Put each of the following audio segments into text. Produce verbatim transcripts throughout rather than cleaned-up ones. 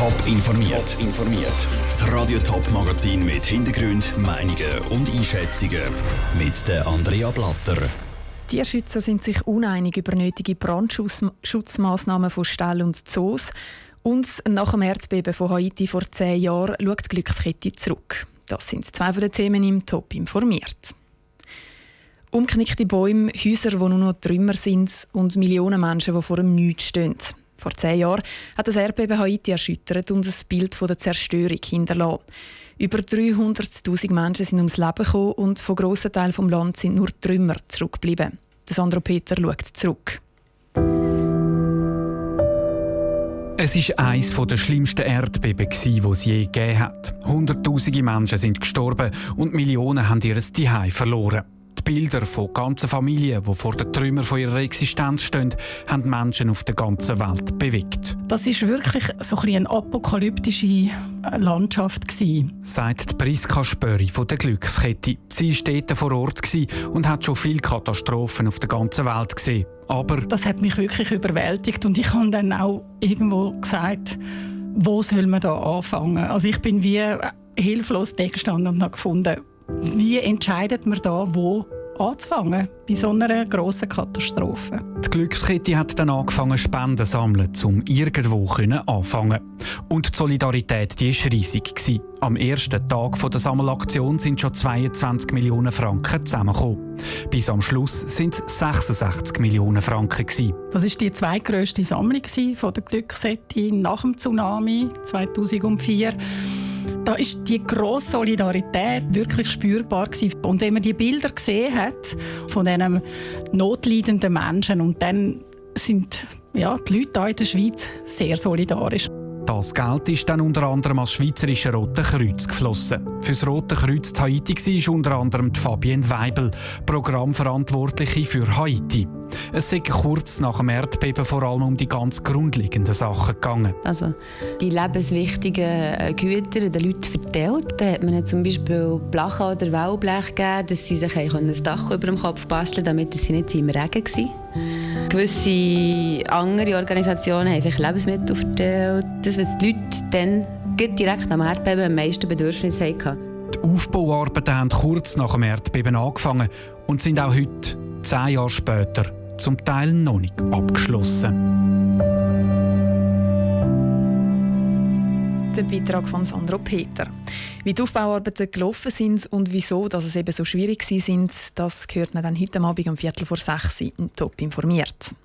Top informiert. informiert. Das Radio Top Magazin mit Hintergrund, Meinungen und Einschätzungen mit der Andrea Blatter. Tierschützer sind sich uneinig über nötige Brandschutzmaßnahmen von Ställen und Zoos. Und nach dem Erdbeben von Haiti vor zehn Jahren schaut die Glückskette zurück. Das sind zwei von den Themen im Top informiert. Umknickte Bäume, Häuser, die nur noch Trümmer sind und Millionen Menschen, die vor dem Nichts stehen. Vor zehn Jahren hat das Erdbeben Haiti erschüttert und ein Bild von der Zerstörung hinterlassen. Über dreihunderttausend Menschen sind ums Leben gekommen und von grossen Teilen des Landes sind nur Trümmer zurückgeblieben. Sandro Peter schaut zurück. Es war eines der schlimmsten Erdbeben, die es je gegeben hat. Hunderttausende Menschen sind gestorben und Millionen haben ihr Zuhause verloren. Die Bilder von ganzen Familien, die vor den Trümmern von ihrer Existenz stehen, haben Menschen auf der ganzen Welt bewegt. Das war wirklich so ein eine apokalyptische Landschaft, sagt Priska Spöri von der Glückskette. Sie war dort vor Ort und hat schon viele Katastrophen auf der ganzen Welt gesehen. Aber das hat mich wirklich überwältigt und ich habe dann auch irgendwo gesagt, wo soll man da anfangen? Also ich bin wie hilflos da gestanden und habe gefunden, wie entscheidet man da, wo anzufangen bei so einer grossen Katastrophe? Die Glückskette hat dann angefangen, Spenden zu sammeln, um irgendwo anfangen. Und die Solidarität die war riesig. Am ersten Tag der Sammelaktion sind schon zweiundzwanzig Millionen Franken zusammengekommen. Bis am Schluss sind es sechsundsechzig Millionen Franken. Das war die zweitgrösste Sammlung von der Glückskette nach dem Tsunami zweitausendvier. Da war die grosse Solidarität wirklich spürbar. Und wenn man die Bilder gesehen hat von diesen notleidenden Menschen, und dann sind ja, die Leute hier in der Schweiz sehr solidarisch. Das Geld ist dann unter anderem als Schweizerische Rote Kreuz geflossen. Für das Rote Kreuz in Haiti war unter anderem die Fabienne Weibel, Programmverantwortliche für Haiti. Es sei kurz nach dem Erdbeben vor allem um die ganz grundlegenden Sachen gegangen. Also die lebenswichtigen Güter den Leuten verteilt. Da hat man ihnen zum Beispiel Blachen oder Wellblech gegeben, dass sie sich ein Dach über dem Kopf basteln, damit sie nicht im Regen waren. Gewisse andere Organisationen haben einfach Lebensmittel verteilt. Das, was die Leute dann direkt am Erdbeben am meisten Bedürfnis hatten. Die Aufbauarbeiten haben kurz nach dem Erdbeben angefangen und sind auch heute, zehn Jahre später, zum Teil noch nicht abgeschlossen. Der Beitrag von Sandro Peter. Wie die Aufbauarbeiten gelaufen sind und wieso dass es eben so schwierig waren, das hört man dann heute Abend um Viertel vor sechs im Top informiert.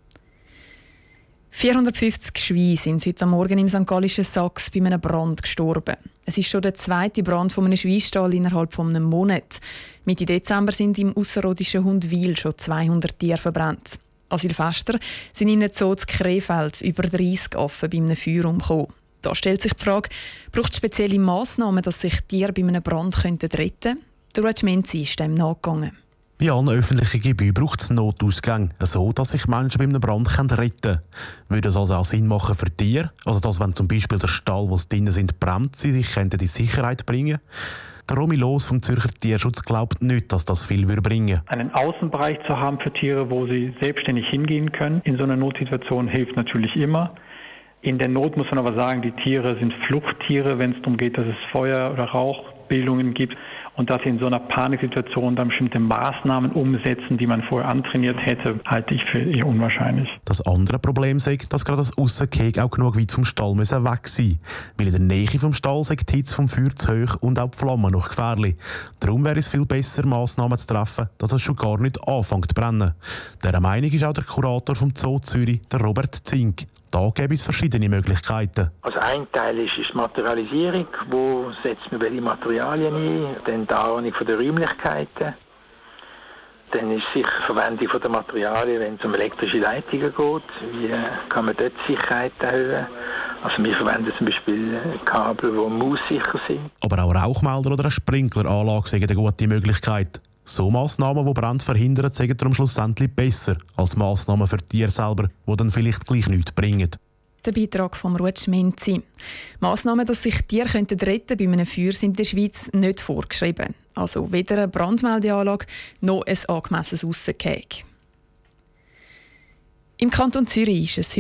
vierhundertfünfzig Schweine sind heute Morgen im Sankt Gallischen Sachs bei einem Brand gestorben. Es ist schon der zweite Brand von einem Schweinstall innerhalb von einem Monat. Mitte Dezember sind im ausserrhodischen Hundwil schon zweihundert Tiere verbrannt. An Silvester sind in der Zoo zu Krefeld über dreißig Affen bei einem Feuer umgekommen. Da stellt sich die Frage, braucht es spezielle Massnahmen, dass sich Tiere bei einem Brand retten könnten? Der Ruud Menzi ist dem nachgegangen. Bei allen öffentlichen Gebäuden braucht es Notausgänge, so dass sich Menschen bei einem Brand retten können. Würde das also auch Sinn machen für Tiere? Also dass, wenn zum Beispiel der Stall, wo sie drin sind, brennt, sie sich in Sicherheit bringen? Der Romy Loos vom Zürcher Tierschutz glaubt nicht, dass das viel bringen würde. Einen Außenbereich zu haben für Tiere, wo sie selbstständig hingehen können, in so einer Notsituation hilft natürlich immer. In der Not muss man aber sagen, die Tiere sind Fluchttiere, wenn es darum geht, dass es Feuer- oder Rauchbildungen gibt und dass sie in so einer Paniksituation dann bestimmte Maßnahmen umsetzen, die man vorher antrainiert hätte, halte ich für eher unwahrscheinlich. Das andere Problem ist, dass gerade das Aussenkäge auch genug weit vom Stall müssen weg sein, weil in der Nähe vom Stall sei die Hitze vom Feuer zu hoch und auch die Flammen noch gefährlich. Darum wäre es viel besser, Massnahmen zu treffen, dass es schon gar nicht anfängt zu brennen. Dieser Meinung ist auch der Kurator vom Zoo Zürich, der Robert Zink. Da gäbe es verschiedene Möglichkeiten. Also ein Teil ist, ist die Materialisierung, wo setzt man welche Materialien ein, dann die Anordnung der Räumlichkeiten, dann ist sicher die Verwendung der Materialien, wenn es um elektrische Leitungen geht, wie kann man dort die Sicherheit erhöhen. Also wir verwenden zum Beispiel Kabel, die maussicher sind. Aber auch Rauchmelder oder eine Sprinkleranlage sind eine gute Möglichkeit. So Massnahmen, die Brand verhindern, sind darum schlussendlich besser als Massnahmen für die Tiere selber, die dann vielleicht gleich nichts bringen. Der Beitrag von Ruud Menzi. Massnahmen, dass sich Tiere retten könnten bei einem Feuer, sind in der Schweiz nicht vorgeschrieben. Also weder eine Brandmeldeanlage noch ein angemessenes Aussenkäge. Im Kanton Zürich ist es heute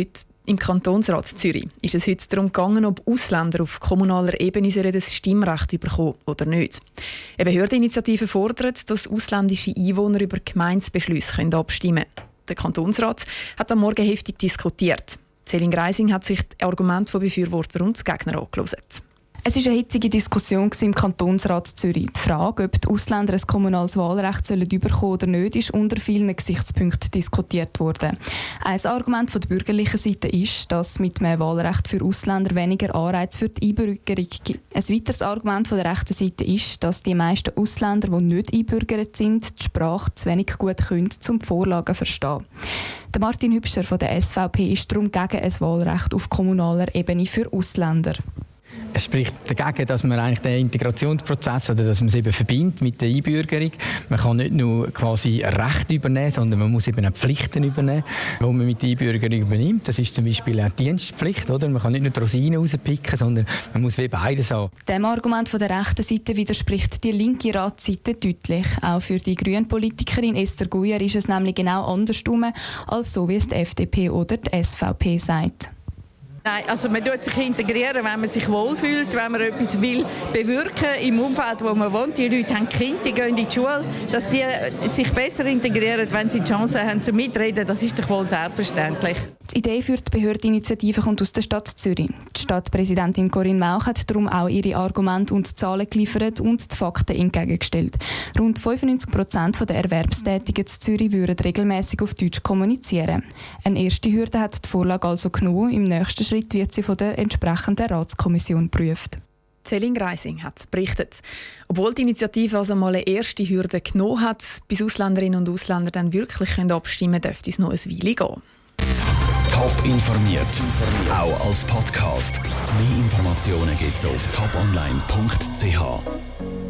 Im Kantonsrat Zürich ist es heute darum gegangen, ob Ausländer auf kommunaler Ebene das Stimmrecht bekommen oder nicht. Eine Behördeninitiative fordert, dass ausländische Einwohner über Gemeindebeschlüsse abstimmen können. Der Kantonsrat hat am Morgen heftig diskutiert. Céline Greising hat sich die Argumente von Befürworter und Gegner angehört. Es war eine hitzige Diskussion im Kantonsrat Zürich. Die Frage, ob die Ausländer ein kommunales Wahlrecht sollen bekommen oder nicht, ist unter vielen Gesichtspunkten diskutiert worden. Ein Argument von der bürgerlichen Seite ist, dass mit mehr Wahlrecht für Ausländer weniger Anreiz für die Einbürgerung gibt. Ein weiteres Argument von der rechten Seite ist, dass die meisten Ausländer, die nicht einbürgert sind, die Sprache zu wenig gut können, um die Vorlagen zu verstehen. Der Martin Hübscher von der S V P ist darum gegen ein Wahlrecht auf kommunaler Ebene für Ausländer. Es spricht dagegen, dass man eigentlich den Integrationsprozess oder dass man es eben verbindet mit der Einbürgerung. Man kann nicht nur quasi Rechte übernehmen, sondern man muss eben auch Pflichten übernehmen, die man mit der Einbürgerung übernimmt. Das ist zum Beispiel auch die Dienstpflicht, oder? Man kann nicht nur die Rosinen rauspicken, sondern man muss wie beides haben. Dem Argument von der rechten Seite widerspricht die linke Ratsseite deutlich. Auch für die Grünen-Politikerin Esther Guyer ist es nämlich genau andersrum, als so wie es die F D P oder die S V P sagt. Nein, also man tut sich integrieren, wenn man sich wohlfühlt, wenn man etwas will bewirken im Umfeld, wo man wohnt. Die Leute haben Kinder, die gehen in die Schule, dass die sich besser integrieren, wenn sie die Chance haben zum Mitreden, das ist doch wohl selbstverständlich. Die Idee für die Behördeninitiative kommt aus der Stadt Zürich. Die Stadtpräsidentin Corinne Mauch hat darum auch ihre Argumente und Zahlen geliefert und die Fakten entgegengestellt. Rund fünfundneunzig Prozent der Erwerbstätigen in Zürich würden regelmäßig auf Deutsch kommunizieren. Eine erste Hürde hat die Vorlage also genommen. Im nächsten Schritt wird sie von der entsprechenden Ratskommission geprüft. Céline Greising hat berichtet. Obwohl die Initiative also mal eine erste Hürde genommen hat, bis Ausländerinnen und Ausländer dann wirklich abstimmen können, dürfte es noch eine Weile gehen. Top informiert, auch als Podcast. Mehr Informationen gibt es auf top online punkt c h.